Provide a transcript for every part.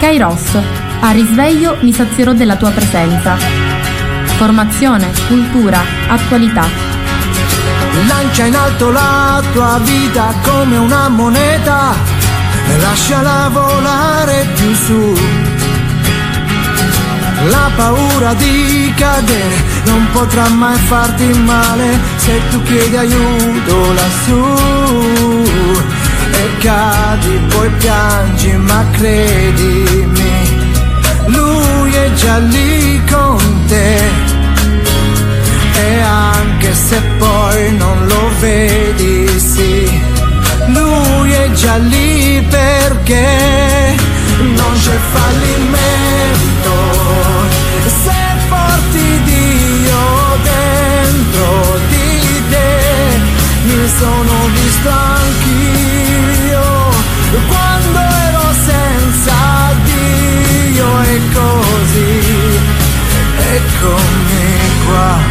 Kairos, a risveglio mi sazierò della tua presenza. Formazione, cultura, attualità. Lancia in alto la tua vita come una moneta e lasciala volare più su. La paura di cadere non potrà mai farti male se tu chiedi aiuto lassù. E cadi, poi piangi, ma credimi, lui è già lì con te. E anche se poi non lo vedi, sì, lui è già lì perché non c'è fallimento se porti Dio dentro di te. Mi sono visto anch'io quando ero senza Dio, e così eccomi qua.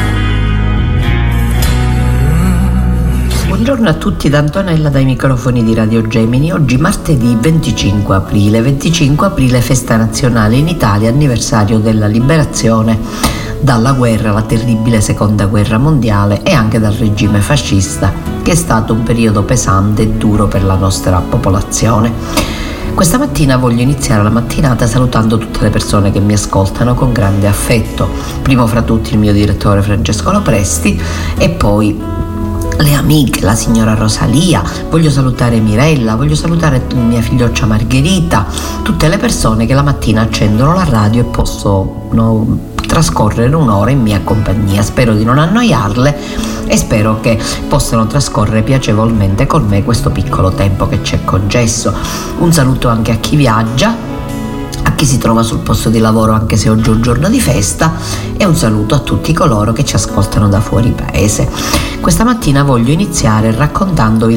Buongiorno a tutti da Antonella dai microfoni di Radio Gemini. Oggi martedì 25 aprile. 25 aprile, festa nazionale in Italia, anniversario della liberazione dalla guerra, la terribile seconda guerra mondiale, e anche dal regime fascista, che è stato un periodo pesante e duro per la nostra popolazione. Questa mattina voglio iniziare la mattinata salutando tutte le persone che mi ascoltano con grande affetto. Primo fra tutti il mio direttore Francesco Lopresti e poi le amiche, la signora Rosalia, voglio salutare Mirella, voglio salutare mia figlioccia Margherita, tutte le persone che la mattina accendono la radio e possono trascorrere un'ora in mia compagnia. Spero di non annoiarle e spero che possano trascorrere piacevolmente con me questo piccolo tempo che ci è concesso. Un saluto anche a chi viaggia, a chi si trova sul posto di lavoro anche se oggi è un giorno di festa, e un saluto a tutti coloro che ci ascoltano da fuori paese. Questa mattina voglio iniziare raccontandovi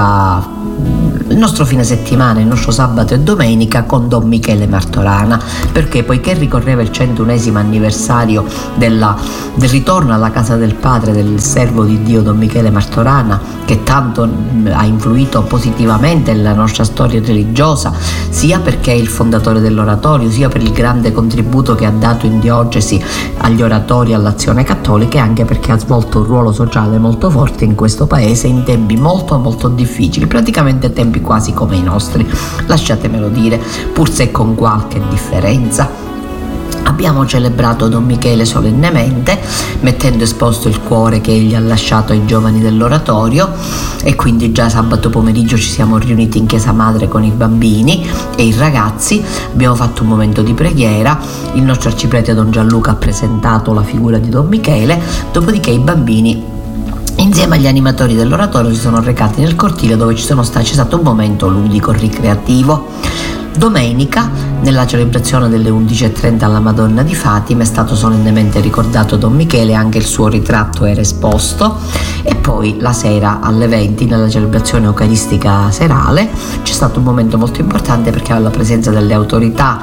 il nostro fine settimana, il nostro sabato e domenica con Don Michele Martorana, perché poiché ricorreva il 101esimo anniversario del ritorno alla casa del padre del servo di Dio Don Michele Martorana, che tanto ha influito positivamente nella nostra storia religiosa, sia perché è il fondatore dell'oratorio, sia per il grande contributo che ha dato in diocesi agli oratori e all'azione cattolica, e anche perché ha svolto un ruolo sociale molto forte in questo paese in tempi molto molto difficili, praticamente tempi quasi come i nostri, lasciatemelo dire, pur se con qualche differenza. Abbiamo celebrato Don Michele solennemente, mettendo esposto il cuore che egli ha lasciato ai giovani dell'oratorio, e quindi già sabato pomeriggio ci siamo riuniti in chiesa madre con i bambini e i ragazzi, abbiamo fatto un momento di preghiera, il nostro arciprete Don Gianluca ha presentato la figura di Don Michele, dopodiché i bambini insieme agli animatori dell'oratorio si sono recati nel cortile dove c'è stato un momento ludico ricreativo. Domenica, nella celebrazione delle 11:30 alla Madonna di Fatima, è stato solennemente ricordato Don Michele, anche il suo ritratto era esposto, e poi la sera alle 20, nella celebrazione eucaristica serale, c'è stato un momento molto importante perché alla presenza delle autorità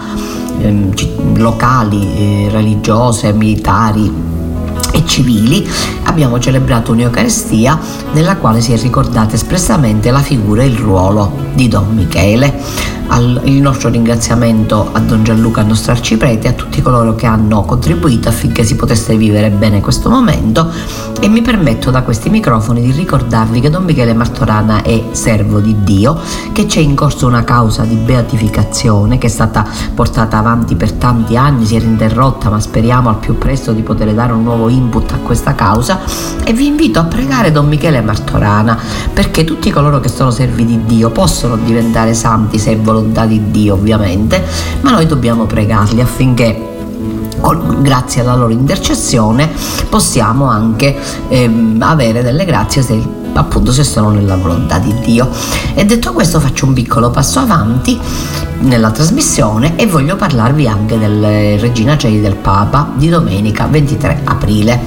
locali, religiose, militari e civili, abbiamo celebrato un'Eucaristia nella quale si è ricordata espressamente la figura e il ruolo di Don Michele. Il nostro ringraziamento a Don Gianluca, il nostro arciprete, e a tutti coloro che hanno contribuito affinché si potesse vivere bene questo momento, e mi permetto da questi microfoni di ricordarvi che Don Michele Martorana è servo di Dio, che c'è in corso una causa di beatificazione che è stata portata avanti per tanti anni, si era interrotta, ma speriamo al più presto di poter dare un nuovo input a questa causa, e vi invito a pregare Don Michele Martorana perché tutti coloro che sono servi di Dio possono diventare santi se è volontà di Dio, ovviamente, ma noi dobbiamo pregarli affinché grazie alla loro intercessione possiamo anche avere delle grazie se sono nella volontà di Dio. E detto questo, faccio un piccolo passo avanti nella trasmissione e voglio parlarvi anche del Regina Coeli del Papa di domenica 23 aprile.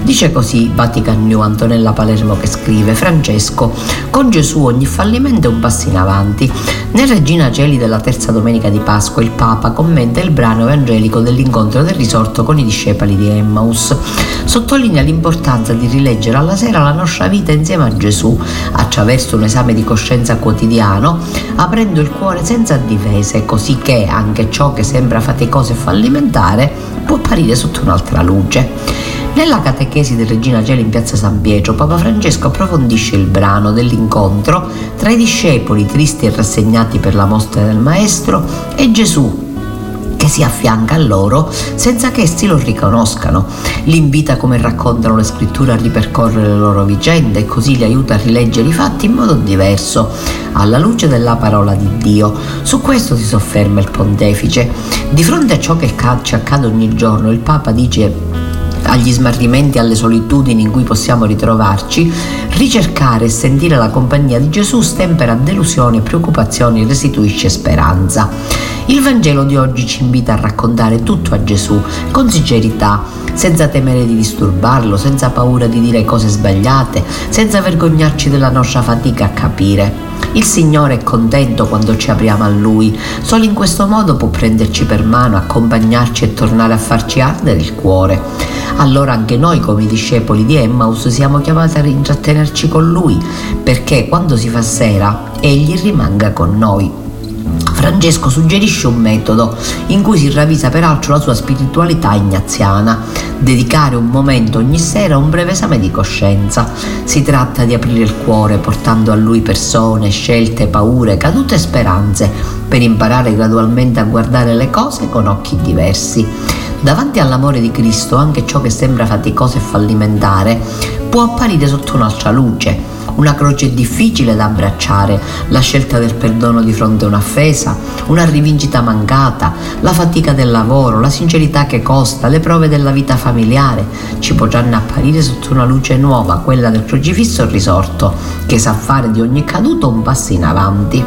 Dice così Vatican News, Antonella Palermo che scrive: Francesco, con Gesù ogni fallimento è un passo in avanti. Nel Regina Coeli della terza domenica di Pasqua il Papa commenta il brano evangelico dell'incontro del risorto con i discepoli di Emmaus. Sottolinea l'importanza di rileggere alla sera la nostra vita insieme a Gesù, attraverso un esame di coscienza quotidiano, aprendo il cuore senza difese, così che anche ciò che sembra faticoso e fallimentare può apparire sotto un'altra luce. Nella catechesi del Regina Coeli in piazza San Pietro, Papa Francesco approfondisce il brano dell'incontro tra i discepoli tristi e rassegnati per la mostra del Maestro e Gesù che si affianca a loro senza che essi lo riconoscano. Li invita, come raccontano le scritture, a ripercorrere le loro vicende e così li aiuta a rileggere i fatti in modo diverso, alla luce della parola di Dio. Su questo si sofferma il pontefice. Di fronte a ciò che ci accade ogni giorno, il Papa dice: agli smarrimenti e alle solitudini in cui possiamo ritrovarci, ricercare e sentire la compagnia di Gesù stempera delusioni e preoccupazioni e restituisce speranza. Il Vangelo di oggi ci invita a raccontare tutto a Gesù con sincerità, senza temere di disturbarlo, senza paura di dire cose sbagliate, senza vergognarci della nostra fatica a capire. Il Signore è contento quando ci apriamo a Lui, solo in questo modo può prenderci per mano, accompagnarci e tornare a farci ardere il cuore. Allora anche noi, come i discepoli di Emmaus, siamo chiamati a intrattenerci con Lui, perché quando si fa sera Egli rimanga con noi. Francesco suggerisce un metodo in cui si ravvisa peraltro la sua spiritualità ignaziana: dedicare un momento ogni sera a un breve esame di coscienza. Si tratta di aprire il cuore portando a lui persone, scelte, paure, cadute e speranze, per imparare gradualmente a guardare le cose con occhi diversi. Davanti all'amore di Cristo anche ciò che sembra faticoso e fallimentare può apparire sotto un'altra luce. Una croce difficile da abbracciare, la scelta del perdono di fronte a un'offesa, una rivincita mancata, la fatica del lavoro, la sincerità che costa, le prove della vita familiare ci potranno apparire sotto una luce nuova, quella del crocifisso risorto, che sa fare di ogni caduto un passo in avanti.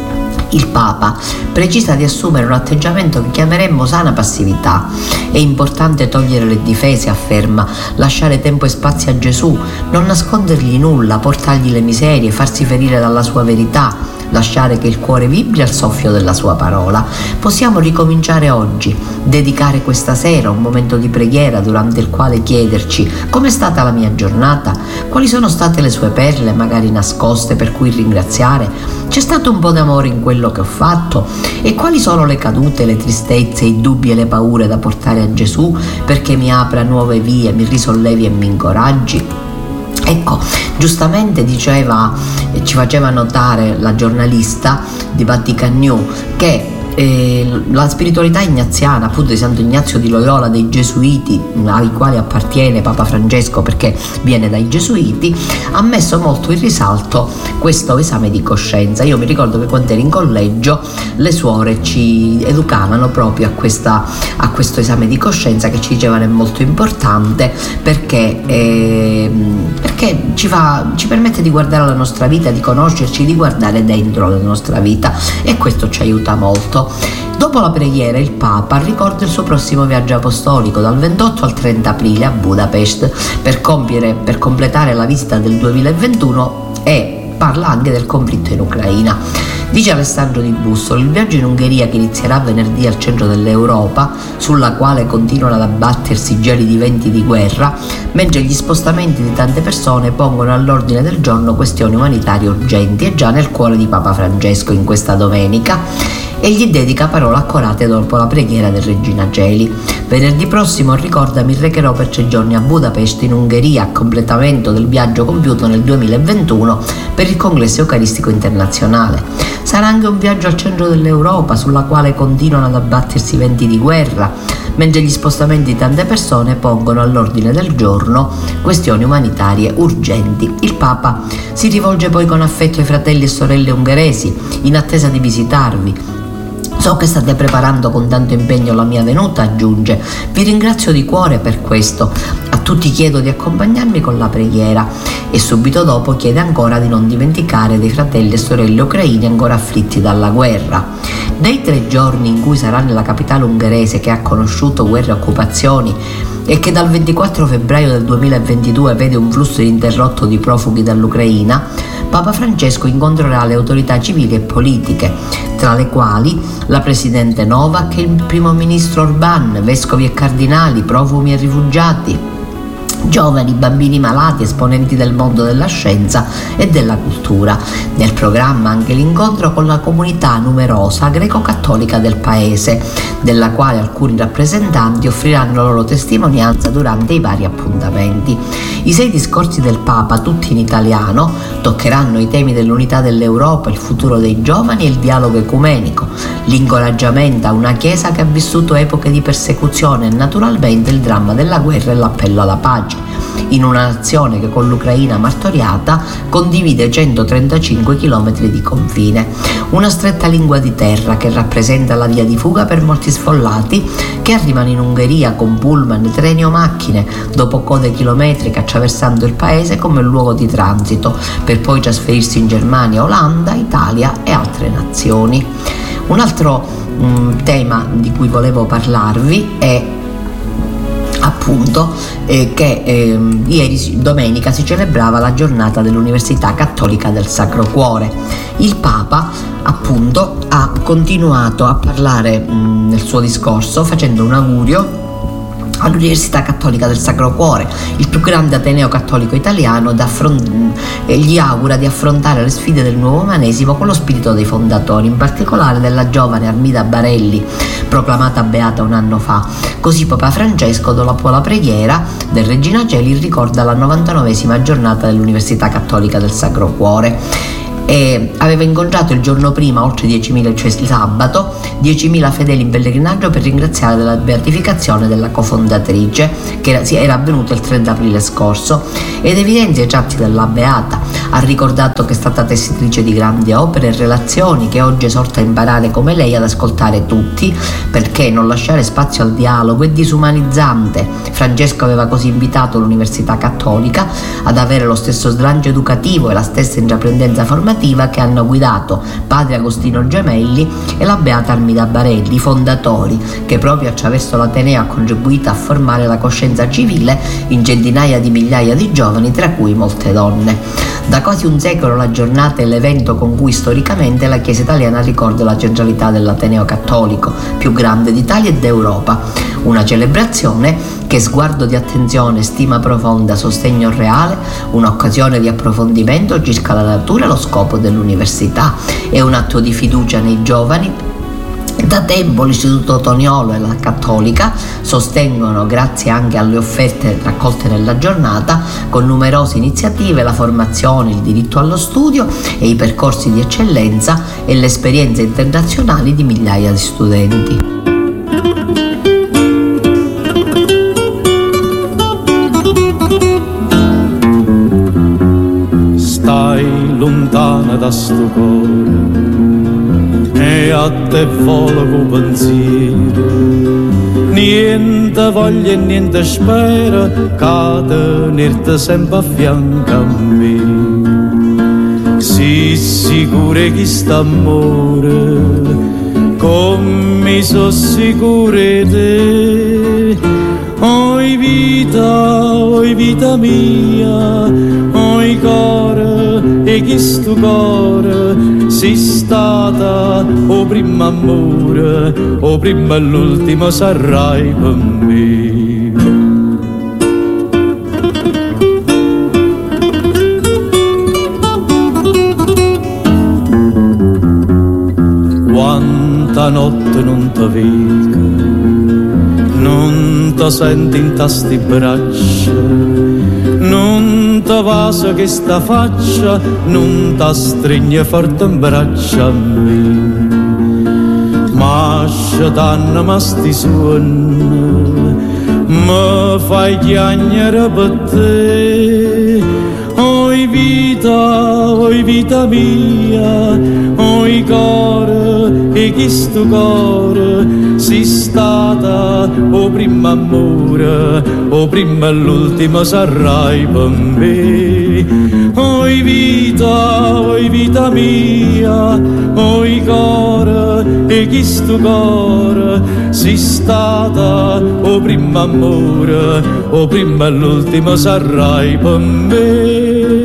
Il Papa precisa di assumere un atteggiamento che chiameremmo sana passività. È importante togliere le difese, afferma, lasciare tempo e spazio a Gesù, non nascondergli nulla, portargli le miserie, farsi ferire dalla sua verità, lasciare che il cuore vibri al soffio della sua parola. Possiamo ricominciare oggi, dedicare questa sera un momento di preghiera durante il quale chiederci: com'è stata la mia giornata? Quali sono state le sue perle, magari nascoste, per cui ringraziare? C'è stato un po' d'amore in quello che ho fatto? E quali sono le cadute, le tristezze, i dubbi e le paure da portare a Gesù perché mi apra nuove vie, mi risollevi e mi incoraggi? Ecco, giustamente ci faceva notare la giornalista di Vatican News che la spiritualità ignaziana, appunto di Santo Ignazio di Loyola, dei Gesuiti, ai quali appartiene Papa Francesco perché viene dai Gesuiti, ha messo molto in risalto questo esame di coscienza. Io mi ricordo che quando ero in collegio le suore ci educavano proprio a questo esame di coscienza, che ci dicevano è molto importante perché ci permette di guardare la nostra vita, di conoscerci, di guardare dentro la nostra vita, e questo ci aiuta molto. Dopo la preghiera il Papa ricorda il suo prossimo viaggio apostolico dal 28 al 30 aprile a Budapest per completare la visita del 2021, e parla anche del conflitto in Ucraina. Dice Alessandro Di Bussolo: il viaggio in Ungheria, che inizierà venerdì al centro dell'Europa, sulla quale continuano ad abbattersi gelidi venti di guerra, mentre gli spostamenti di tante persone pongono all'ordine del giorno questioni umanitarie urgenti, è già nel cuore di Papa Francesco in questa domenica, e gli dedica parole accorate dopo la preghiera del Regina Coeli. Venerdì prossimo, ricorda, mi recherò per 3 giorni a Budapest in Ungheria, a completamento del viaggio compiuto nel 2021 per il Congresso Eucaristico Internazionale. Sarà anche un viaggio al centro dell'Europa, sulla quale continuano ad abbattersi venti di guerra, mentre gli spostamenti di tante persone pongono all'ordine del giorno questioni umanitarie urgenti. Il Papa si rivolge poi con affetto ai fratelli e sorelle ungheresi, in attesa di visitarvi. So che state preparando con tanto impegno la mia venuta, aggiunge. Vi ringrazio di cuore per questo. A tutti chiedo di accompagnarmi con la preghiera. E subito dopo chiede ancora di non dimenticare dei fratelli e sorelle ucraini ancora afflitti dalla guerra. Nei 3 giorni in cui sarà nella capitale ungherese, che ha conosciuto guerre e occupazioni, e che dal 24 febbraio del 2022 vede un flusso ininterrotto di profughi dall'Ucraina, Papa Francesco incontrerà le autorità civili e politiche, tra le quali la presidente Novak e il primo ministro Orban, vescovi e cardinali, profughi e rifugiati, giovani, bambini malati, esponenti del mondo della scienza e della cultura. Nel programma anche l'incontro con la comunità numerosa greco-cattolica del paese, della quale alcuni rappresentanti offriranno la loro testimonianza durante i vari appuntamenti. I 6 discorsi del Papa, tutti in italiano, toccheranno i temi dell'unità dell'Europa, il futuro dei giovani e il dialogo ecumenico, l'incoraggiamento a una Chiesa che ha vissuto epoche di persecuzione e naturalmente il dramma della guerra e l'appello alla pace, in una nazione che con l'Ucraina martoriata condivide 135 km di confine. Una stretta lingua di terra che rappresenta la via di fuga per molti sfollati che arrivano in Ungheria con pullman, treni o macchine, dopo code chilometriche attraversando il paese come luogo di transito, per poi trasferirsi in Germania, Olanda, Italia e altre nazioni. Un altro tema di cui volevo parlarvi è appunto che ieri domenica si celebrava la giornata dell'Università Cattolica del Sacro Cuore. Il Papa appunto ha continuato a parlare nel suo discorso facendo un augurio all'Università Cattolica del Sacro Cuore, il più grande ateneo cattolico italiano, gli augura di affrontare le sfide del nuovo umanesimo con lo spirito dei fondatori, in particolare della giovane Armida Barelli, proclamata beata un anno fa. Così Papa Francesco, dopo la preghiera del Regina Coeli, ricorda la 99esima giornata dell'Università Cattolica del Sacro Cuore. E aveva incontrato il giorno prima oltre 10.000, cioè sabato, 10.000 fedeli in pellegrinaggio per ringraziare della beatificazione della cofondatrice, che era avvenuta il 30 aprile scorso, ed evidenzia i tratti della beata. Ha ricordato che è stata tessitrice di grandi opere e relazioni, che oggi esorta a imparare come lei ad ascoltare tutti, perché non lasciare spazio al dialogo è disumanizzante. Francesco aveva così invitato l'Università Cattolica ad avere lo stesso slancio educativo e la stessa intraprendenza formativa che hanno guidato padre Agostino Gemelli e la beata Armida Barelli, fondatori che proprio attraverso l'Ateneo ha contribuito a formare la coscienza civile in centinaia di migliaia di giovani, tra cui molte donne. Da quasi un secolo la giornata è l'evento con cui storicamente la Chiesa italiana ricorda la centralità dell'Ateneo cattolico, più grande d'Italia e d'Europa. Una celebrazione che sguardo di attenzione, stima profonda, sostegno reale, un'occasione di approfondimento circa la natura e lo scopo dell'università. È un atto di fiducia nei giovani. Da tempo l'Istituto Toniolo e la Cattolica sostengono, grazie anche alle offerte raccolte nella giornata, con numerose iniziative, la formazione, il diritto allo studio e i percorsi di eccellenza e le esperienze internazionali di migliaia di studenti. Stai lontana da sto cuore e a te vola con pensiero, niente voglia e niente spera che tenerti sempre a fianco a me. Sii sicura che st'amore come so sicura te. Oi vita mia, oi cuore, e questo cuore sei stata o primo amore, o prima e l'ultimo sarai per me. Quanta notte non ti vedo, non ti senti in tasti braccia, non ti vaso che sta faccia, non ti stringe forte in braccia a me. Ma scetanna ma sti suoni, mi fai chiagnere per te. Oi vita mia, oi cuore, e questo cuore sei stata o primo amore, o prima e l'ultimo sarai per me. Oi oi vita mia, oi core e chi sto core, si stata o primo amore, o prima e l'ultimo sarai per me.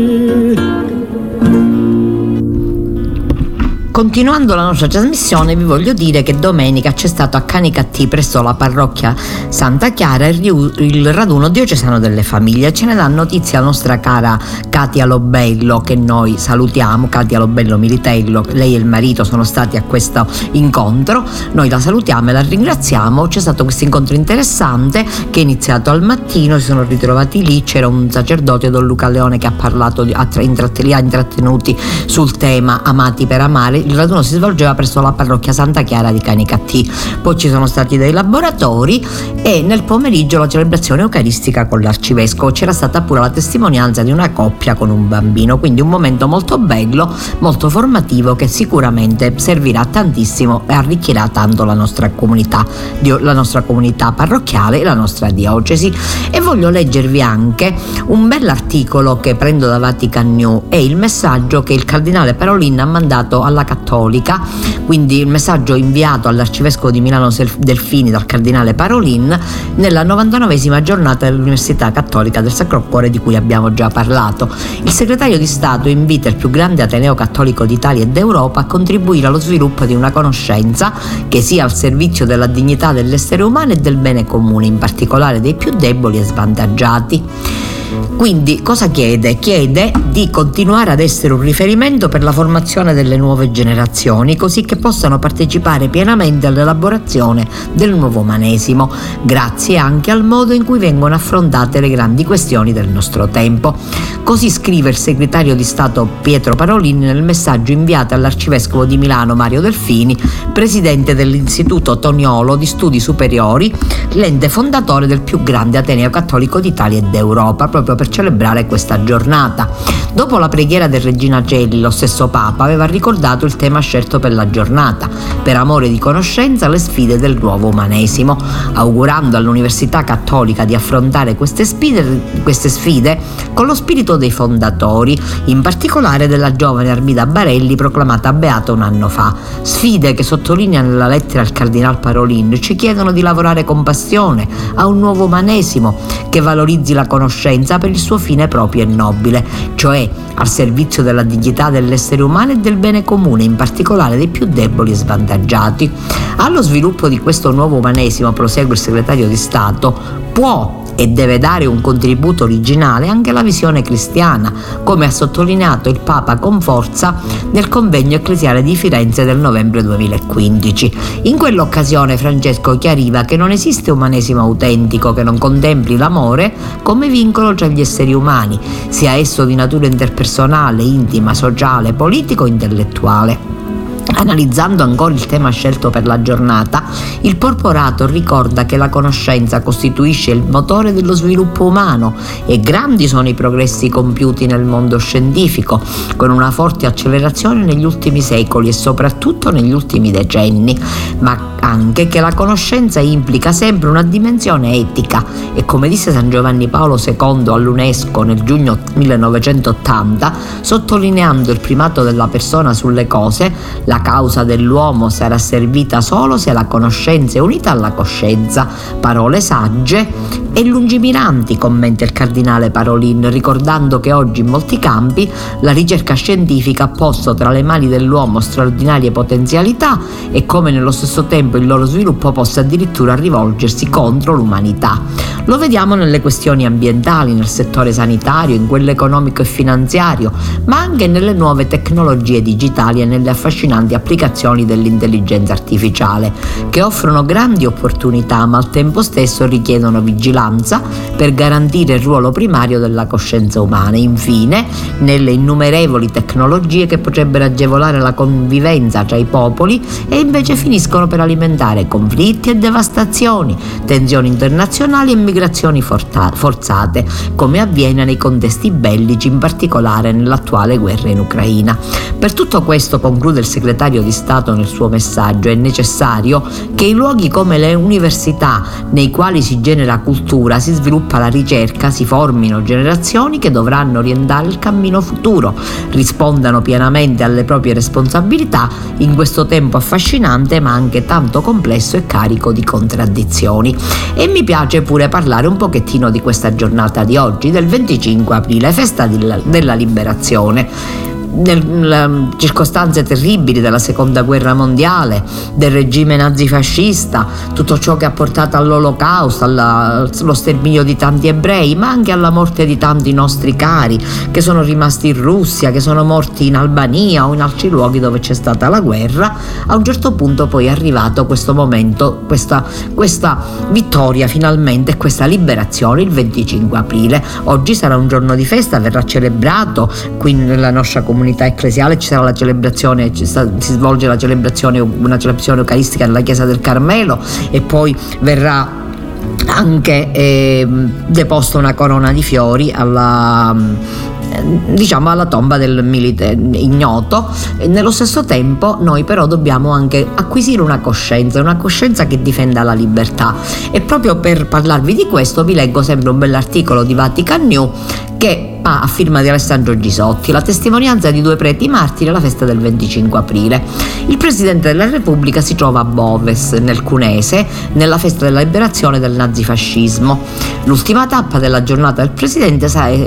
Continuando la nostra trasmissione, vi voglio dire che domenica c'è stato a Canicattì presso la parrocchia Santa Chiara il raduno diocesano delle famiglie. Ce ne dà notizia la nostra cara Katia Lobello, che noi salutiamo. Katia Lobello Militello, lei e il marito sono stati a questo incontro, noi la salutiamo e la ringraziamo. C'è stato questo incontro interessante che è iniziato al mattino, si sono ritrovati lì, c'era un sacerdote, Don Luca Leone, che ha parlato, li ha intrattenuti sul tema Amati per amare. Il raduno si svolgeva presso la parrocchia Santa Chiara di Canicattì, poi ci sono stati dei laboratori e nel pomeriggio la celebrazione eucaristica con l'arcivescovo. C'era stata pure la testimonianza di una coppia con un bambino, quindi un momento molto bello, molto formativo, che sicuramente servirà tantissimo e arricchirà tanto la nostra comunità parrocchiale e la nostra diocesi. E voglio leggervi anche un bell'articolo che prendo da Vatican News, è il messaggio che il cardinale Parolin ha mandato alla Cattolica, quindi il messaggio inviato all'arcivescovo di Milano Delfini dal cardinale Parolin nella 99esima giornata dell'Università Cattolica del Sacro Cuore, di cui abbiamo già parlato. Il segretario di Stato invita il più grande ateneo cattolico d'Italia e d'Europa a contribuire allo sviluppo di una conoscenza che sia al servizio della dignità dell'essere umano e del bene comune, in particolare dei più deboli e svantaggiati. Quindi cosa chiede? Chiede di continuare ad essere un riferimento per la formazione delle nuove generazioni, così che possano partecipare pienamente all'elaborazione del nuovo umanesimo, grazie anche al modo in cui vengono affrontate le grandi questioni del nostro tempo. Così scrive il segretario di Stato Pietro Parolin nel messaggio inviato all'arcivescovo di Milano Mario Delfini, presidente dell'Istituto Toniolo di Studi Superiori, l'ente fondatore del più grande ateneo cattolico d'Italia e d'Europa, proprio per celebrare questa giornata. Dopo la preghiera del Regina Coeli, lo stesso Papa aveva ricordato il tema scelto per la giornata: per amore di conoscenza, le sfide del nuovo umanesimo, augurando all'Università Cattolica di affrontare queste sfide con lo spirito dei fondatori, in particolare della giovane Armida Barelli, proclamata beata un anno fa. Sfide che, sottolinea nella lettera al cardinal Parolin, ci chiedono di lavorare con passione a un nuovo umanesimo che valorizzi la conoscenza per il suo fine proprio e nobile, cioè al servizio della dignità dell'essere umano e del bene comune, in particolare dei più deboli e svantaggiati. Allo sviluppo di questo nuovo umanesimo, prosegue il segretario di Stato, può e deve dare un contributo originale anche la visione cristiana, come ha sottolineato il Papa con forza nel convegno ecclesiale di Firenze del novembre 2015. In quell'occasione Francesco chiariva che non esiste umanesimo autentico che non contempli l'amore come vincolo tra gli esseri umani, sia esso di natura interpersonale, intima, sociale, politico o intellettuale. Analizzando ancora il tema scelto per la giornata, il Porporato ricorda che la conoscenza costituisce il motore dello sviluppo umano e grandi sono i progressi compiuti nel mondo scientifico, con una forte accelerazione negli ultimi secoli e soprattutto negli ultimi decenni, ma anche che la conoscenza implica sempre una dimensione etica e, come disse San Giovanni Paolo II all'UNESCO nel giugno 1980, sottolineando il primato della persona sulle cose, la causa dell'uomo sarà servita solo se la conoscenza è unita alla coscienza. Parole sagge e lungimiranti, commenta il cardinale Parolin, ricordando che oggi in molti campi la ricerca scientifica ha posto tra le mani dell'uomo straordinarie potenzialità e come nello stesso tempo il loro sviluppo possa addirittura rivolgersi contro l'umanità. Lo vediamo nelle questioni ambientali, nel settore sanitario, in quello economico e finanziario, ma anche nelle nuove tecnologie digitali e nelle affascinanti applicazioni dell'intelligenza artificiale, che offrono grandi opportunità ma al tempo stesso richiedono vigilanza per garantire il ruolo primario della coscienza umana. Infine, nelle innumerevoli tecnologie che potrebbero agevolare la convivenza tra i popoli e invece finiscono per alimentare conflitti e devastazioni, tensioni internazionali e migrazioni forzate, come avviene nei contesti bellici, in particolare nell'attuale guerra in Ucraina. Per tutto questo, conclude il segretario di Stato nel suo messaggio, è necessario che in luoghi come le università, nei quali si genera cultura, si sviluppa la ricerca, si formino generazioni che dovranno orientare il cammino futuro, rispondano pienamente alle proprie responsabilità in questo tempo affascinante ma anche tanto complesso e carico di contraddizioni. E mi piace pure parlare un pochettino di questa giornata di oggi, del 25 aprile, festa della liberazione. Nelle circostanze terribili della seconda guerra mondiale, del regime nazifascista, tutto ciò che ha portato all'olocausto, allo sterminio di tanti ebrei, ma anche alla morte di tanti nostri cari che sono rimasti in Russia, che sono morti in Albania o in altri luoghi dove c'è stata la guerra. A un certo punto poi è arrivato questo momento, questa vittoria finalmente, questa liberazione il 25 aprile. Oggi sarà un giorno di festa, verrà celebrato qui nella nostra comunità ecclesiale, ci sarà la celebrazione, si svolge una celebrazione eucaristica nella chiesa del Carmelo e poi verrà anche deposta una corona di fiori alla tomba del milite ignoto. E nello stesso tempo noi però dobbiamo anche acquisire una coscienza che difenda la libertà, e proprio per parlarvi di questo vi leggo sempre un bell'articolo di Vatican News che a firma di Alessandro Gisotti, la testimonianza di due preti martiri alla festa del 25 aprile. Il Presidente della Repubblica si trova a Boves, nel Cunese, nella festa della liberazione dal nazifascismo. L'ultima tappa della giornata del Presidente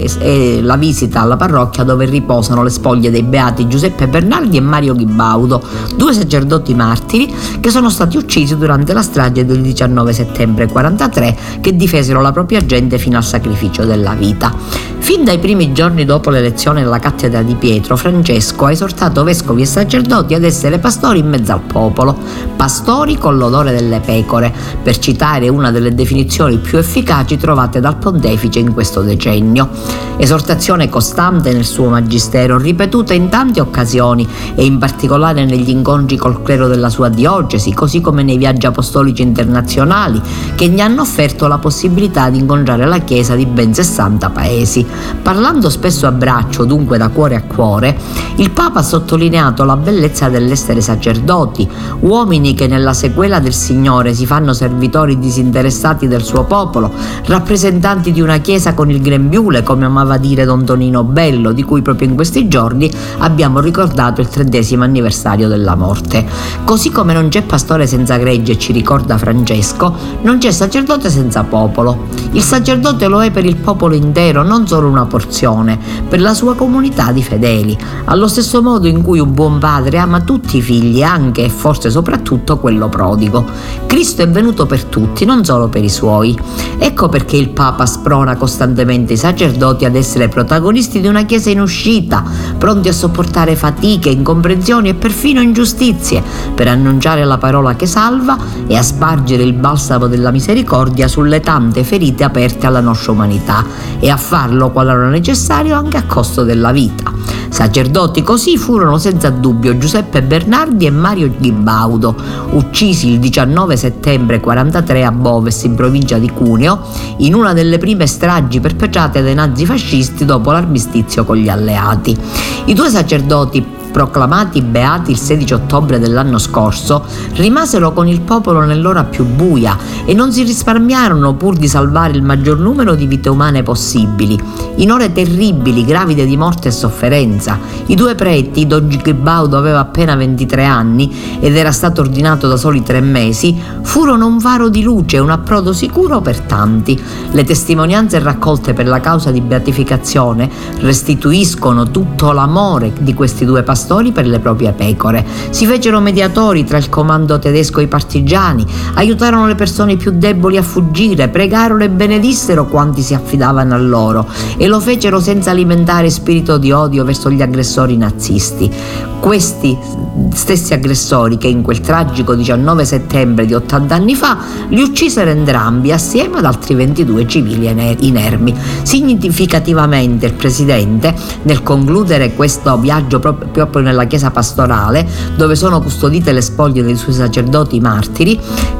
è la visita alla parrocchia dove riposano le spoglie dei beati Giuseppe Bernardi e Mario Ghibaudo, due sacerdoti martiri che sono stati uccisi durante la strage del 19 settembre 43, che difesero la propria gente fino al sacrificio della vita. Fin dai primi giorni dopo l'elezione alla cattedra di Pietro, Francesco ha esortato vescovi e sacerdoti ad essere pastori in mezzo al popolo, pastori con l'odore delle pecore, per citare una delle definizioni più efficaci trovate dal pontefice in questo decennio. Esortazione costante nel suo magistero, ripetuta in tante occasioni e in particolare negli incontri col clero della sua diocesi, così come nei viaggi apostolici internazionali che gli hanno offerto la possibilità di incontrare la Chiesa di ben 60 paesi. Parlando spesso a braccio, dunque da cuore a cuore, il Papa ha sottolineato la bellezza dell'essere sacerdoti, uomini che nella sequela del Signore si fanno servitori disinteressati del suo popolo, rappresentanti di una Chiesa con il grembiule, come amava dire Don Tonino Bello, di cui proprio in questi giorni abbiamo ricordato il 30° anniversario della morte. Così come non c'è pastore senza gregge, ci ricorda Francesco, non c'è sacerdote senza popolo. Il sacerdote lo è per il popolo intero, non solo una porzione, per la sua comunità di fedeli, allo stesso modo in cui un buon padre ama tutti i figli, anche e forse soprattutto quello prodigo. Cristo è venuto per tutti, non solo per i suoi. Ecco perché il Papa sprona costantemente i sacerdoti ad essere protagonisti di una Chiesa in uscita, pronti a sopportare fatiche, incomprensioni e perfino ingiustizie, per annunciare la parola che salva e a spargere il balsamo della misericordia sulle tante ferite aperte alla nostra umanità, e a farlo qualora necessario anche a costo della vita. Sacerdoti così furono senza dubbio Giuseppe Bernardi e Mario Ghibaudo, uccisi il 19 settembre 43 a Boves, in provincia di Cuneo, in una delle prime stragi perpetrate dai nazifascisti dopo l'armistizio con gli alleati. I due sacerdoti, proclamati beati il 16 ottobre dell'anno scorso, rimasero con il popolo nell'ora più buia e non si risparmiarono pur di salvare il maggior numero di vite umane possibili. In ore terribili, gravide di morte e sofferenza, i due preti, Don Ghibaudo aveva appena 23 anni ed era stato ordinato da soli 3 mesi, furono un faro di luce e un approdo sicuro per tanti. Le testimonianze raccolte per la causa di beatificazione restituiscono tutto l'amore di questi due pastori per le proprie pecore. Si fecero mediatori tra il comando tedesco e i partigiani, aiutarono le persone più deboli a fuggire, pregarono e benedissero quanti si affidavano a loro, e lo fecero senza alimentare spirito di odio verso gli aggressori nazisti. Questi stessi aggressori che in quel tragico 19 settembre di 80 anni fa li uccisero entrambi assieme ad altri 22 civili inermi. Significativamente il Presidente, nel concludere questo viaggio proprio nella chiesa pastorale dove sono custodite le spoglie dei suoi sacerdoti martiri,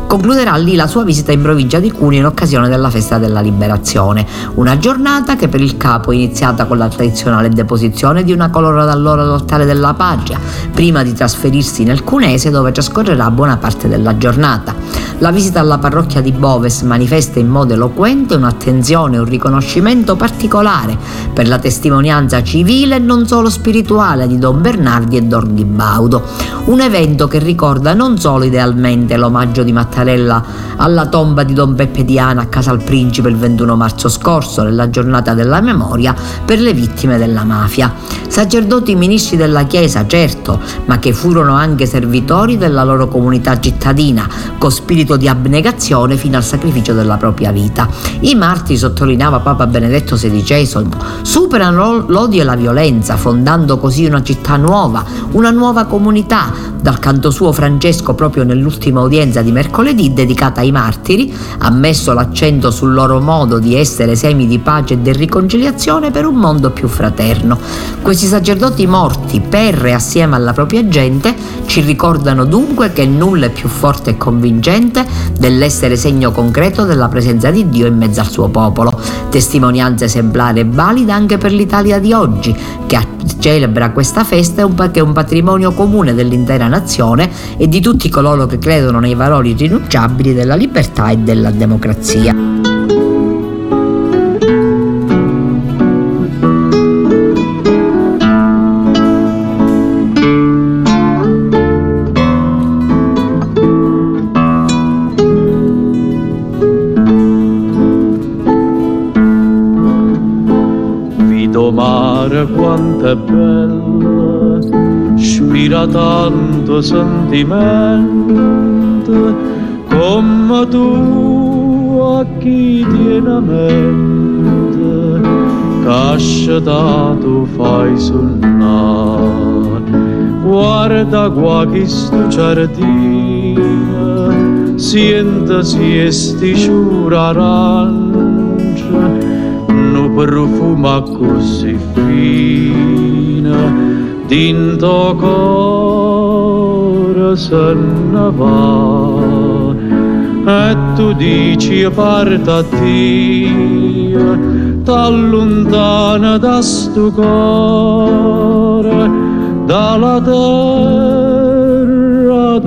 Concluderà lì la sua visita in provincia di Cuneo in occasione della festa della liberazione, una giornata che per il capo è iniziata con la tradizionale deposizione di una colonna d'alloro all'altare della patria, prima di trasferirsi nel Cuneese dove trascorrerà buona parte della giornata. La visita alla parrocchia di Boves manifesta in modo eloquente un'attenzione e un riconoscimento particolare per la testimonianza civile e non solo spirituale di Don Bernardi e Don Ghibaudo, un evento che ricorda non solo idealmente l'omaggio di Mattarella alla tomba di Don Peppe Diana a Casal Principe il 21 marzo scorso, nella giornata della memoria per le vittime della mafia. Sacerdoti ministri della Chiesa, certo, ma che furono anche servitori della loro comunità cittadina, con spirito di abnegazione fino al sacrificio della propria vita. I martiri, sottolineava Papa Benedetto XVI, superano l'odio e la violenza, fondando così una città nuova, una nuova comunità. Dal canto suo Francesco, proprio nell'ultima udienza di mercoledì dedicata ai martiri, ha messo l'accento sul loro modo di essere semi di pace e di riconciliazione per un mondo più fraterno. Questi sacerdoti morti per e assieme alla propria gente ci ricordano dunque che nulla è più forte e convincente dell'essere segno concreto della presenza di Dio in mezzo al suo popolo. Testimonianza esemplare e valida anche per l'Italia di oggi, che celebra questa festa che è un patrimonio comune dell'intera nazione e di tutti coloro che credono nei valori irrinunciabili della libertà e della democrazia. Mare quanto è bella, spira tanto sentimento, come tu a chi tiene a mente, casciata fai suonare. Guarda qua che sto giardino, sientasi e sti ciura arancia, profuma così fina, dinto cuore se ne va, e tu dici parta Dio, t'allontana da sto cuore, dalla terra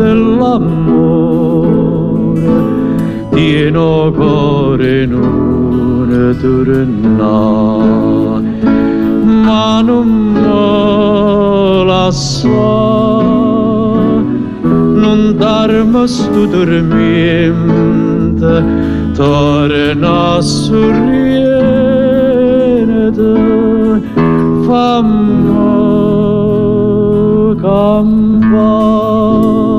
dell'amore, tieno cuore non torna, ma non me lascia, non darmi sto dormiente, torna a sorridere, fammi campare.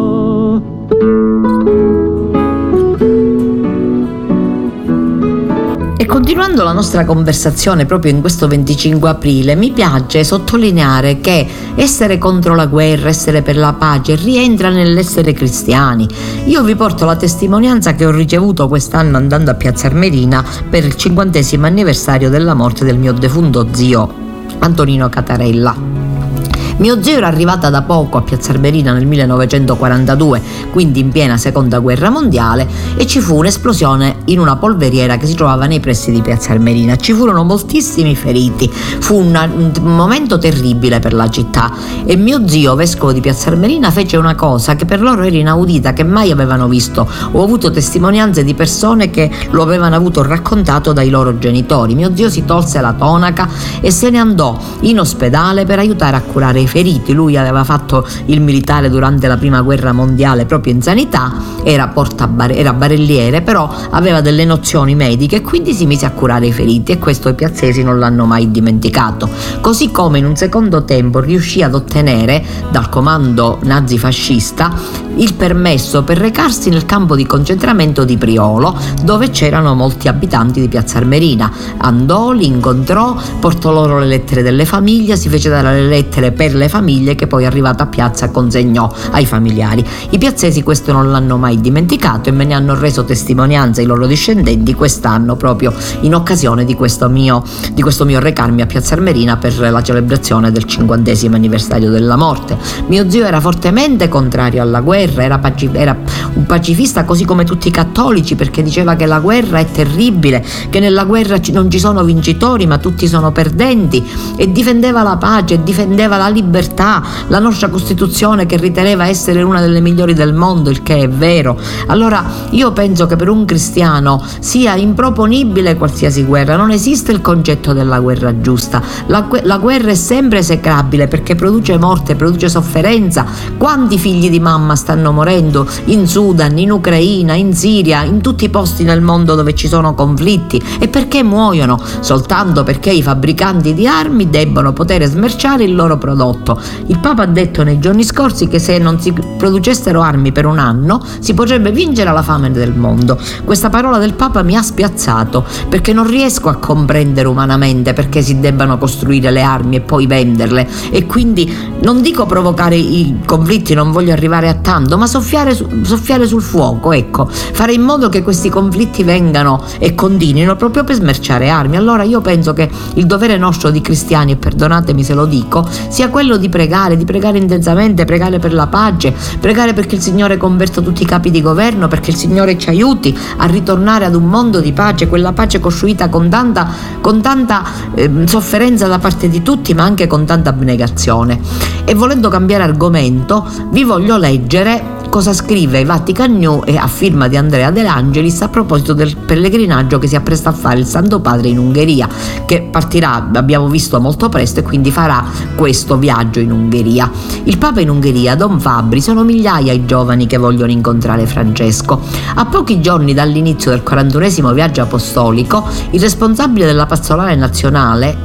Continuando la nostra conversazione proprio in questo 25 aprile, mi piace sottolineare che essere contro la guerra, essere per la pace, rientra nell'essere cristiani. Io vi porto la testimonianza che ho ricevuto quest'anno andando a Piazza Armerina per il 50° anniversario della morte del mio defunto zio Antonino Catarella. Mio zio era arrivata da poco a Piazza Armerina nel 1942, quindi in piena seconda guerra mondiale, e ci fu un'esplosione in una polveriera che si trovava nei pressi di Piazza Armerina. Ci furono moltissimi feriti, fu un momento terribile per la città e mio zio, vescovo di Piazza Armerina, fece una cosa che per loro era inaudita, che mai avevano visto. Ho avuto testimonianze di persone che lo avevano avuto raccontato dai loro genitori. Mio zio si tolse la tonaca e se ne andò in ospedale per aiutare a curare i feriti. Lui aveva fatto il militare durante la prima guerra mondiale proprio in sanità, era barelliere, però aveva delle nozioni mediche e quindi si mise a curare i feriti, e questo i piazzesi non l'hanno mai dimenticato. Così come in un secondo tempo riuscì ad ottenere dal comando nazifascista il permesso per recarsi nel campo di concentramento di Priolo, dove c'erano molti abitanti di Piazza Armerina. Andò, li incontrò, portò loro le lettere delle famiglie, si fece dare le lettere per le famiglie, che poi arrivata a piazza consegnò ai familiari. I piazzesi questo non l'hanno mai dimenticato e me ne hanno reso testimonianza i loro discendenti quest'anno, proprio in occasione di questo mio recarmi a Piazza Armerina per la celebrazione del 50° anniversario della morte. Mio zio era fortemente contrario alla guerra, era un pacifista così come tutti i cattolici, perché diceva che la guerra è terribile, che nella guerra non ci sono vincitori ma tutti sono perdenti, e difendeva la pace, difendeva la libertà, la nostra Costituzione che riteneva essere una delle migliori del mondo, il che è vero. Allora io penso che per un cristiano sia improponibile qualsiasi guerra, non esiste il concetto della guerra giusta, la guerra è sempre esecrabile perché produce morte, produce sofferenza. Quanti figli di mamma stanno morendo in Sudan, in Ucraina, in Siria, in tutti i posti nel mondo dove ci sono conflitti, e perché muoiono? Soltanto perché i fabbricanti di armi debbono poter smerciare il loro prodotto. Il Papa ha detto nei giorni scorsi che se non si producessero armi per un anno si potrebbe vincere la fame del mondo. Questa parola del Papa mi ha spiazzato, perché non riesco a comprendere umanamente perché si debbano costruire le armi e poi venderle, e quindi non dico provocare i conflitti, non voglio arrivare a tanto, ma soffiare sul fuoco, ecco, fare in modo che questi conflitti vengano e continuino proprio per smerciare armi. Allora io penso che il dovere nostro di cristiani, e perdonatemi se lo dico, sia quello di pregare intensamente, pregare per la pace, pregare perché il Signore converta tutti i capi di governo, perché il Signore ci aiuti a ritornare ad un mondo di pace, quella pace costruita con tanta sofferenza da parte di tutti, ma anche con tanta abnegazione. E volendo cambiare argomento, vi voglio leggere cosa scrive Vatican News a firma di Andrea De Angelis a proposito del pellegrinaggio che si appresta a fare il Santo Padre in Ungheria, che partirà, abbiamo visto, molto presto, e quindi farà questo viaggio in Ungheria. Il Papa in Ungheria, Don Fabri, sono migliaia i giovani che vogliono incontrare Francesco. A pochi giorni dall'inizio del 41° viaggio apostolico, il responsabile della pastorale nazionale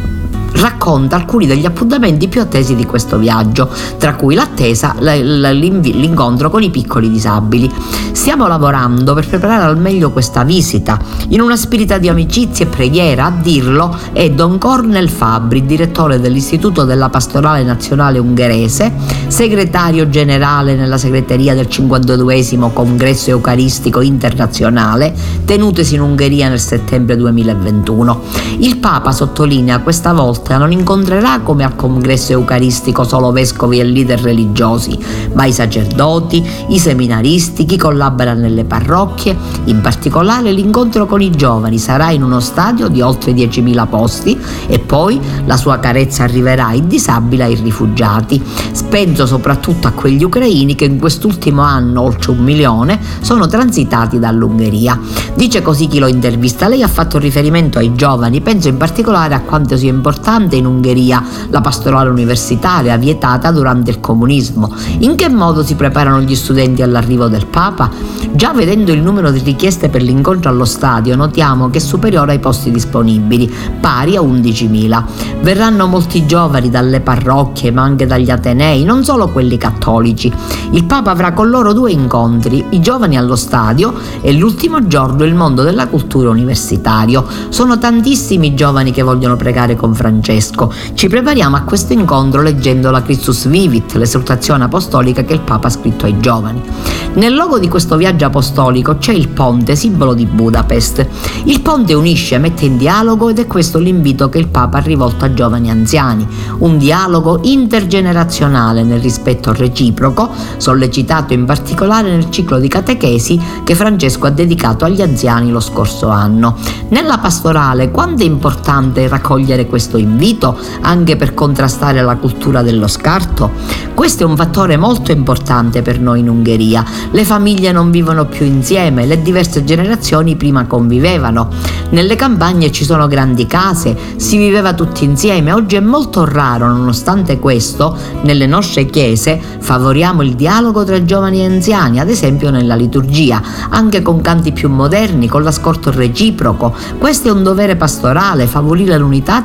racconta alcuni degli appuntamenti più attesi di questo viaggio, tra cui l'attesa, l'incontro con i piccoli disabili. Stiamo lavorando per preparare al meglio questa visita, in una spirita di amicizia e preghiera. A dirlo è Don Cornel Fabri, direttore dell'Istituto della Pastorale Nazionale Ungherese, segretario generale nella segreteria del 52° Congresso Eucaristico Internazionale, tenutosi in Ungheria nel settembre 2021. Il Papa sottolinea questa volta non incontrerà come al congresso eucaristico solo vescovi e leader religiosi, ma i sacerdoti, i seminaristi, chi collabora nelle parrocchie. In particolare l'incontro con i giovani sarà in uno stadio di oltre 10.000 posti, e poi la sua carezza arriverà ai disabili e ai rifugiati. Penso soprattutto a quegli ucraini che in quest'ultimo anno, oltre 1 milione, sono transitati dall'Ungheria. Dice così chi lo intervista. Lei ha fatto riferimento ai giovani, penso in particolare a quanto sia importante in Ungheria la pastorale universitaria vietata durante il comunismo. In che modo si preparano gli studenti all'arrivo del Papa? Già vedendo il numero di richieste per l'incontro allo stadio notiamo che è superiore ai posti disponibili, pari a 11.000. Verranno molti giovani dalle parrocchie, ma anche dagli atenei, non solo quelli cattolici. Il Papa avrà con loro 2 incontri, i giovani allo stadio e l'ultimo giorno il mondo della cultura universitario. Sono tantissimi i giovani che vogliono pregare con Francesco. Ci prepariamo a questo incontro leggendo la Christus Vivit, l'esortazione apostolica che il Papa ha scritto ai giovani. Nel logo di questo viaggio apostolico c'è il ponte, simbolo di Budapest. Il ponte unisce, mette in dialogo, ed è questo l'invito che il Papa ha rivolto a giovani e anziani, un dialogo intergenerazionale nel rispetto reciproco, sollecitato in particolare nel ciclo di catechesi che Francesco ha dedicato agli anziani lo scorso anno. Nella pastorale quanto è importante raccogliere questo invito anche per contrastare la cultura dello scarto? Questo è un fattore molto importante per noi in Ungheria. Le famiglie non vivono più insieme, le diverse generazioni prima convivevano. Nelle campagne ci sono grandi case, si viveva tutti insieme. Oggi è molto raro, nonostante questo, nelle nostre chiese favoriamo il dialogo tra giovani e anziani, ad esempio nella liturgia, anche con canti più moderni, con l'ascolto reciproco. Questo è un dovere pastorale, favorire l'unità tra i giovani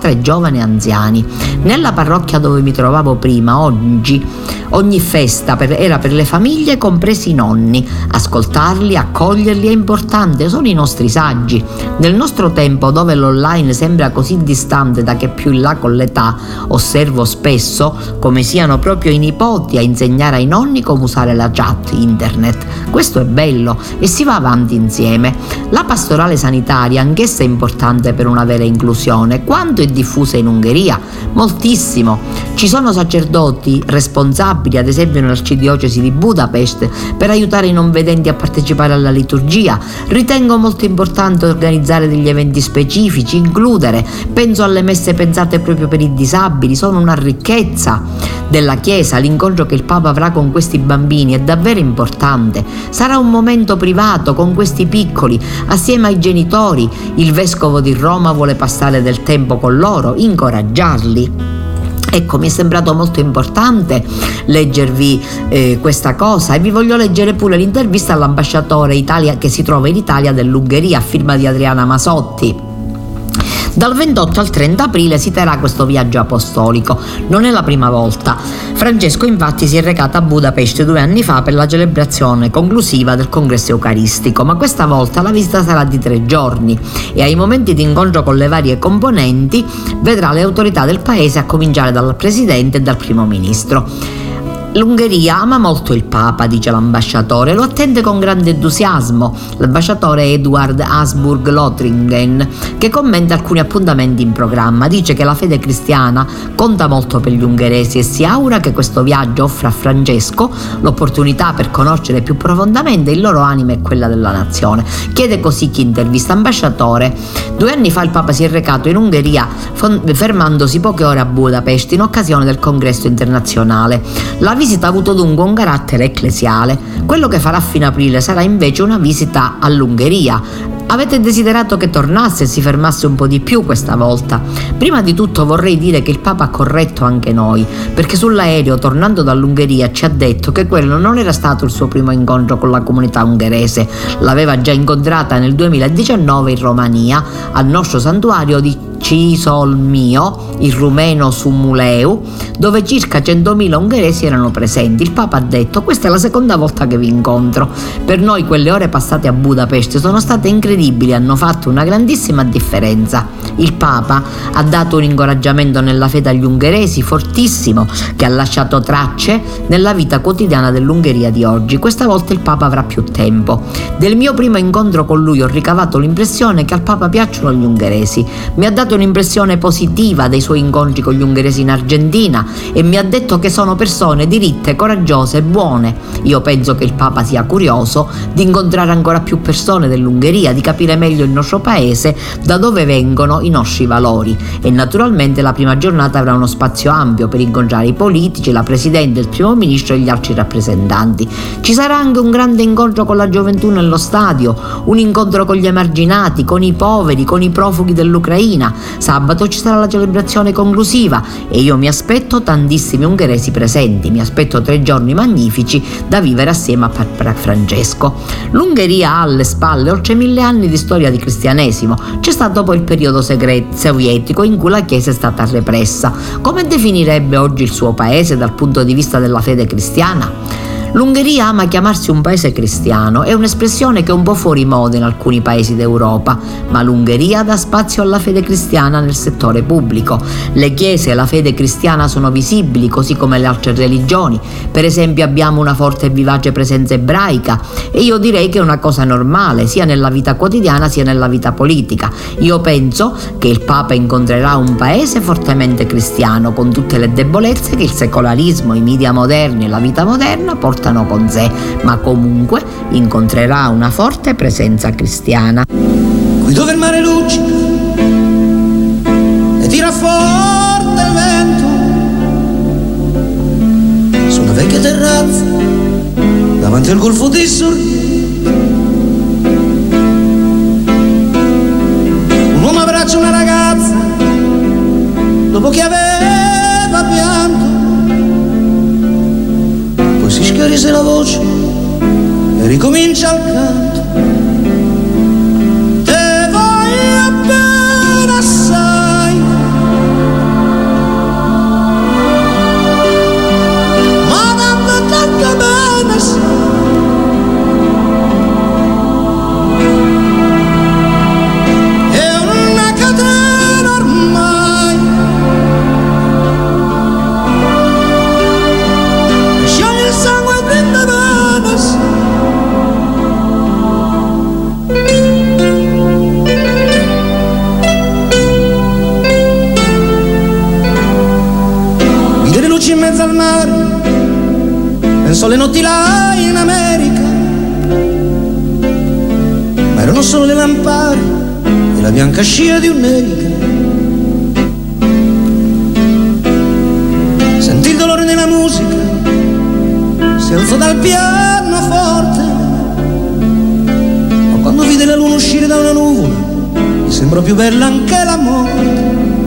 giovani e anziani. Nella parrocchia dove mi trovavo prima, ogni festa era per le famiglie, compresi i nonni. Ascoltarli, accoglierli è importante, sono i nostri saggi. Nel nostro tempo, dove l'online sembra così distante da che più in là con l'età, osservo spesso come siano proprio i nipoti a insegnare ai nonni come usare la chat, internet. Questo è bello e si va avanti insieme. La pastorale sanitaria anch'essa è importante per una vera inclusione. Quanto è diffusa in Ungheria? Moltissimo. Ci sono sacerdoti responsabili, ad esempio nell'arcidiocesi di Budapest, per aiutare i non vedenti a partecipare alla liturgia. Ritengo molto importante organizzare degli eventi specifici, includere. Penso alle messe pensate proprio per i disabili, sono una ricchezza della Chiesa. L'incontro che il Papa avrà con questi bambini è davvero importante. Sarà un momento privato con questi piccoli, assieme ai genitori. Il vescovo di Roma vuole passare del tempo con loro, incoraggiarli. Ecco, mi è sembrato molto importante leggervi questa cosa, e vi voglio leggere pure l'intervista all'ambasciatore Italia che si trova in Italia dell'Ungheria, a firma di Adriana Masotti. Dal 28 al 30 aprile si terrà questo viaggio apostolico. Non è la prima volta. Francesco infatti si è recato a Budapest 2 anni fa per la celebrazione conclusiva del congresso eucaristico, ma questa volta la visita sarà di 3 giorni e ai momenti di incontro con le varie componenti vedrà le autorità del paese, a cominciare dal presidente e dal primo ministro. L'Ungheria ama molto il Papa, dice l'ambasciatore, lo attende con grande entusiasmo. L'ambasciatore Eduard Asburg Lothringen, che commenta alcuni appuntamenti in programma, dice che la fede cristiana conta molto per gli ungheresi e si augura che questo viaggio offra a Francesco l'opportunità per conoscere più profondamente il loro anima e quella della nazione. Chiede così chi intervista. Ambasciatore, 2 anni fa il Papa si è recato in Ungheria fermandosi poche ore a Budapest in occasione del congresso internazionale. La visita ha avuto dunque un carattere ecclesiale. Quello che farà fino a aprile sarà invece una visita all'Ungheria. Avete desiderato che tornasse e si fermasse un po' di più questa volta? Prima di tutto vorrei dire che il Papa ha corretto anche noi, perché sull'aereo, tornando dall'Ungheria, ci ha detto che quello non era stato il suo primo incontro con la comunità ungherese. L'aveva già incontrata nel 2019 in Romania, al nostro santuario di Cisolmio, il rumeno Sumuleu, dove circa 100.000 ungheresi erano presenti. Il Papa ha detto: questa è la seconda volta che vi incontro. Per noi quelle ore passate a Budapest sono state incredibili, hanno fatto una grandissima differenza. Il Papa ha dato un incoraggiamento nella fede agli ungheresi fortissimo, che ha lasciato tracce nella vita quotidiana dell'Ungheria di oggi. Questa volta il Papa avrà più tempo. Del mio primo incontro con lui ho ricavato l'impressione che al Papa piacciono gli ungheresi. Mi ha dato un'impressione positiva dei suoi incontri con gli ungheresi in Argentina e mi ha detto che sono persone diritte, coraggiose e buone. Io penso che il Papa sia curioso di incontrare ancora più persone dell'Ungheria, di capire meglio il nostro paese, da dove vengono i nostri valori, e naturalmente la prima giornata avrà uno spazio ampio per incontrare i politici, la Presidente, il Primo Ministro e gli altri rappresentanti. Ci sarà anche un grande incontro con la gioventù nello stadio, un incontro con gli emarginati, con i poveri, con i profughi dell'Ucraina. Sabato ci sarà la celebrazione conclusiva e io mi aspetto tantissimi ungheresi presenti, mi aspetto 3 giorni magnifici da vivere assieme a Papa Francesco. L'Ungheria ha alle spalle oltre 1000 anni di storia di cristianesimo. C'è stato poi il periodo sovietico in cui la Chiesa è stata repressa. Come definirebbe oggi il suo paese dal punto di vista della fede cristiana? L'Ungheria ama chiamarsi un paese cristiano, è un'espressione che è un po' fuori moda in alcuni paesi d'Europa, ma l'Ungheria dà spazio alla fede cristiana nel settore pubblico. Le chiese e la fede cristiana sono visibili, così come le altre religioni. Per esempio abbiamo una forte e vivace presenza ebraica e io direi che è una cosa normale, sia nella vita quotidiana sia nella vita politica. Io penso che il Papa incontrerà un paese fortemente cristiano, con tutte le debolezze che il secolarismo, i media moderni e la vita moderna portano con sé, ma comunque incontrerà una forte presenza cristiana. Qui dove il mare luccica e tira forte il vento, su una vecchia terrazza davanti al golfo di Sorrento, un uomo abbraccia una ragazza dopo che aveva pianto, si schiarisce la voce e ricomincia il canto. Te voglio bene assai, so le notti là in America, ma erano solo le lampade e la bianca scia di un'elica. Sentì il dolore nella musica, si alzò dal pianoforte, ma quando vide la luna uscire da una nuvola gli sembrò più bella anche la morte.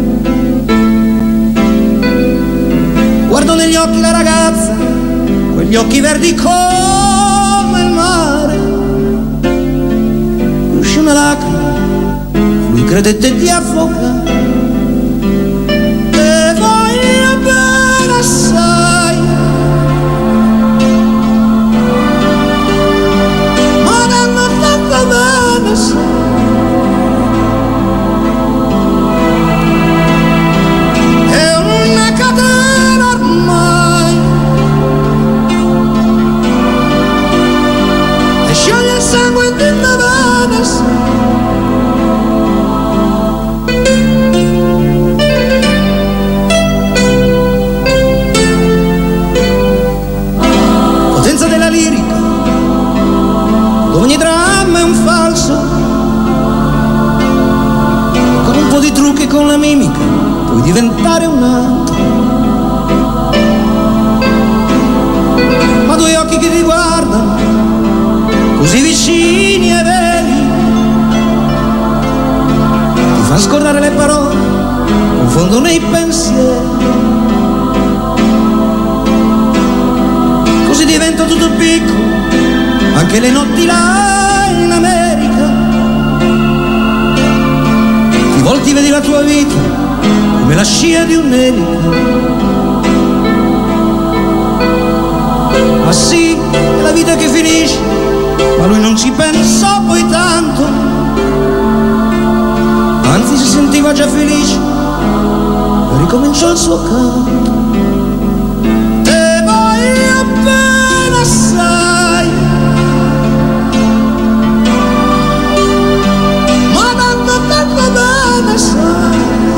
Guardò negli occhi la ragazza, quegli occhi verdi come il mare, gli uscì una lacrima, lui credette di affogare. E voglio bene assai, ma danno tanto bene assai. Potenza della lirica, dove ogni dramma è un falso, con un po' di trucchi con la mimica puoi diventare un altro. Ma due occhi che ti guardano così vicini e veri ti fanno scordare le parole, confondono i pensieri. Così diventa tutto piccolo, anche le notti là in America. Ti volti, vedi la tua vita come la scia di un'elica. Ma sì, è la vita che finisce, ma lui non ci pensò poi tanto, anzi si sentiva già felice e ricominciò il suo canto. Te voglio bene assai, ma tanto bene assai.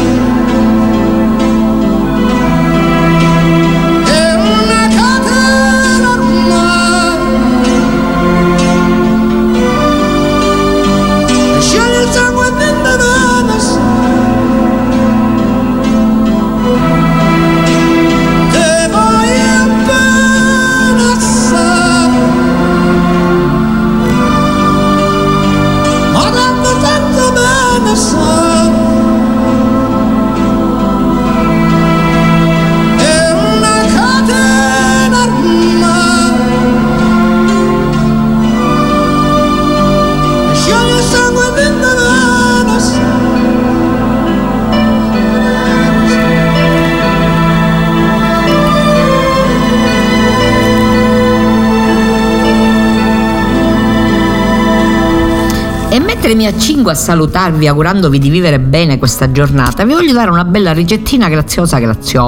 Mentre mi accingo a salutarvi augurandovi di vivere bene questa giornata, vi voglio dare una bella ricettina graziosa.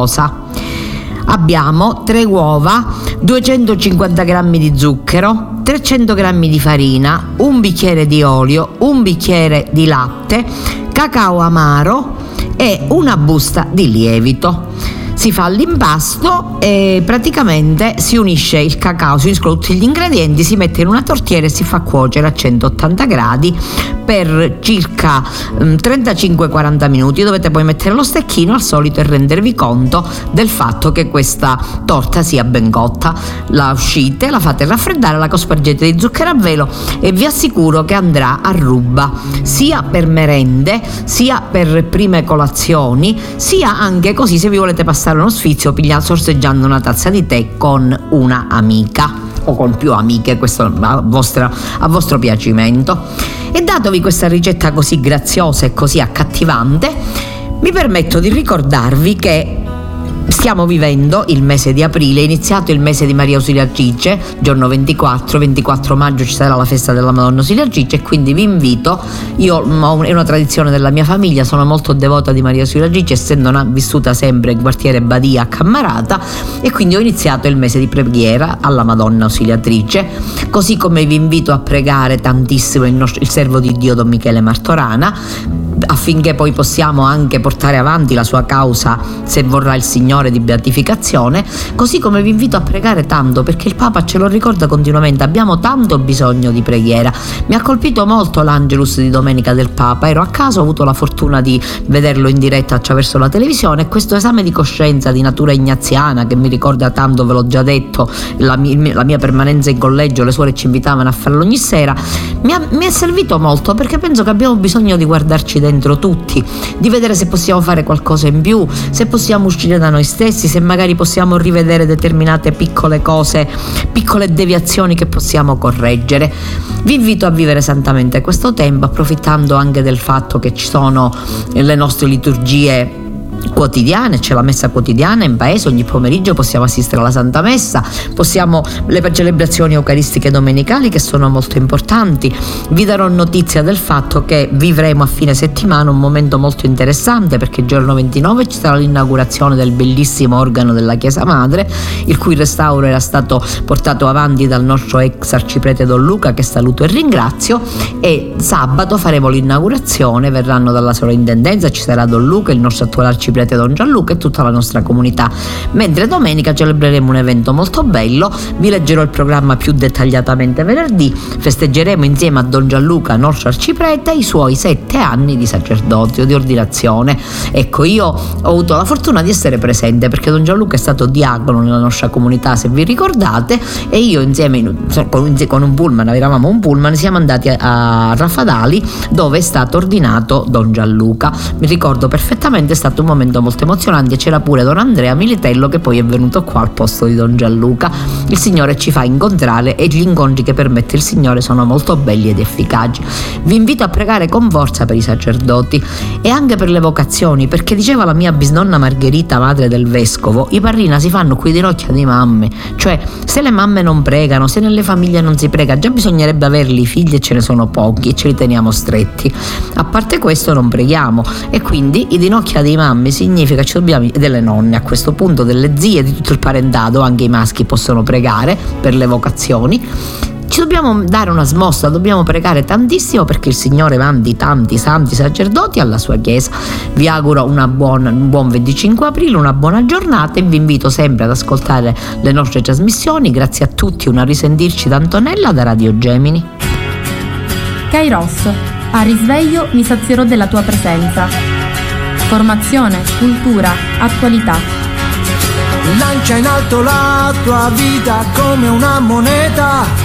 Abbiamo 3 uova, 250 g di zucchero, 300 g di farina, un bicchiere di olio, un bicchiere di latte, cacao amaro e una busta di lievito. Si fa l'impasto e praticamente si unisce il cacao, si uniscono tutti gli ingredienti, si mette in una tortiera e si fa cuocere a 180 gradi per circa 35-40 minuti. Dovete poi mettere lo stecchino al solito e rendervi conto del fatto che questa torta sia ben cotta. La uscite, la fate raffreddare, la cospargete di zucchero a velo e vi assicuro che andrà a ruba, sia per merende, sia per prime colazioni, sia anche così se vi volete passare uno sfizio sorseggiando una tazza di tè con una amica o con più amiche, questo a vostro piacimento. E datovi questa ricetta così graziosa e così accattivante, mi permetto di ricordarvi che stiamo vivendo il mese di aprile, è iniziato il mese di Maria Ausiliatrice, giorno 24 maggio ci sarà la festa della Madonna Ausiliatrice e quindi vi invito, è una tradizione della mia famiglia, sono molto devota di Maria Ausiliatrice essendo vissuta sempre in quartiere Badia a Cammarata e quindi ho iniziato il mese di preghiera alla Madonna Ausiliatrice, così come vi invito a pregare tantissimo il servo di Dio Don Michele Martorana. affinché poi possiamo anche portare avanti la sua causa, se vorrà il Signore, di beatificazione. Così come vi invito a pregare tanto, perché il Papa ce lo ricorda continuamente, abbiamo tanto bisogno di preghiera. Mi ha colpito molto l'Angelus di domenica del Papa, ero a casa, ho avuto la fortuna di vederlo in diretta attraverso la televisione, e questo esame di coscienza di natura ignaziana, che mi ricorda tanto, ve l'ho già detto, la mia permanenza in collegio, le suore ci invitavano a farlo ogni sera, mi è servito molto, perché penso che abbiamo bisogno di guardarci dentro tutti, di vedere se possiamo fare qualcosa in più, se possiamo uscire da noi stessi, se magari possiamo rivedere determinate piccole cose, piccole deviazioni che possiamo correggere. Vi invito a vivere santamente questo tempo, approfittando anche del fatto che ci sono le nostre liturgie quotidiane, c'è la messa quotidiana in paese, ogni pomeriggio possiamo assistere alla Santa Messa, le celebrazioni eucaristiche domenicali, che sono molto importanti. Vi darò notizia del fatto che vivremo a fine settimana un momento molto interessante, perché il giorno 29 ci sarà l'inaugurazione del bellissimo organo della Chiesa Madre, il cui restauro era stato portato avanti dal nostro ex arciprete Don Luca, che saluto e ringrazio, e sabato faremo l'inaugurazione, verranno dalla sovrintendenza, ci sarà Don Luca, il nostro attuale arciprete Don Gianluca e tutta la nostra comunità, mentre domenica celebreremo un evento molto bello. Vi leggerò il programma più dettagliatamente venerdì. Festeggeremo insieme a Don Gianluca, nostro arciprete, i suoi 7 anni di sacerdozio, di ordinazione. Ecco, io ho avuto la fortuna di essere presente, perché Don Gianluca è stato diacono nella nostra comunità, se vi ricordate, e io insieme con un pullman, eravamo un pullman, siamo andati a Raffadali, dove è stato ordinato Don Gianluca. Mi ricordo perfettamente, è stato un momento molto emozionante, c'era pure Don Andrea Militello, che poi è venuto qua al posto di Don Gianluca. Il Signore ci fa incontrare, e gli incontri che permette il Signore sono molto belli ed efficaci. Vi invito a pregare con forza per i sacerdoti e anche per le vocazioni, perché diceva la mia bisnonna Margherita, madre del vescovo, i parrina si fanno qui di ginocchia di mamme, cioè se le mamme non pregano, se nelle famiglie non si prega, già bisognerebbe averli i figli, e ce ne sono pochi e ce li teniamo stretti. A parte questo non preghiamo, e quindi i ginocchia dei mamme significa ci dobbiamo, delle nonne a questo punto, delle zie, di tutto il parentato, anche i maschi possono pregare per le vocazioni. Ci dobbiamo dare una smossa, dobbiamo pregare tantissimo, perché il Signore mandi tanti santi sacerdoti alla sua Chiesa. Vi auguro un buon 25 aprile, una buona giornata, e vi invito sempre ad ascoltare le nostre trasmissioni. Grazie a tutti, una risentirci da Antonella, da Radio Gemini. Kairos, a risveglio mi sazierò della tua presenza. Formazione, cultura, attualità. Lancia in alto la tua vita come una moneta.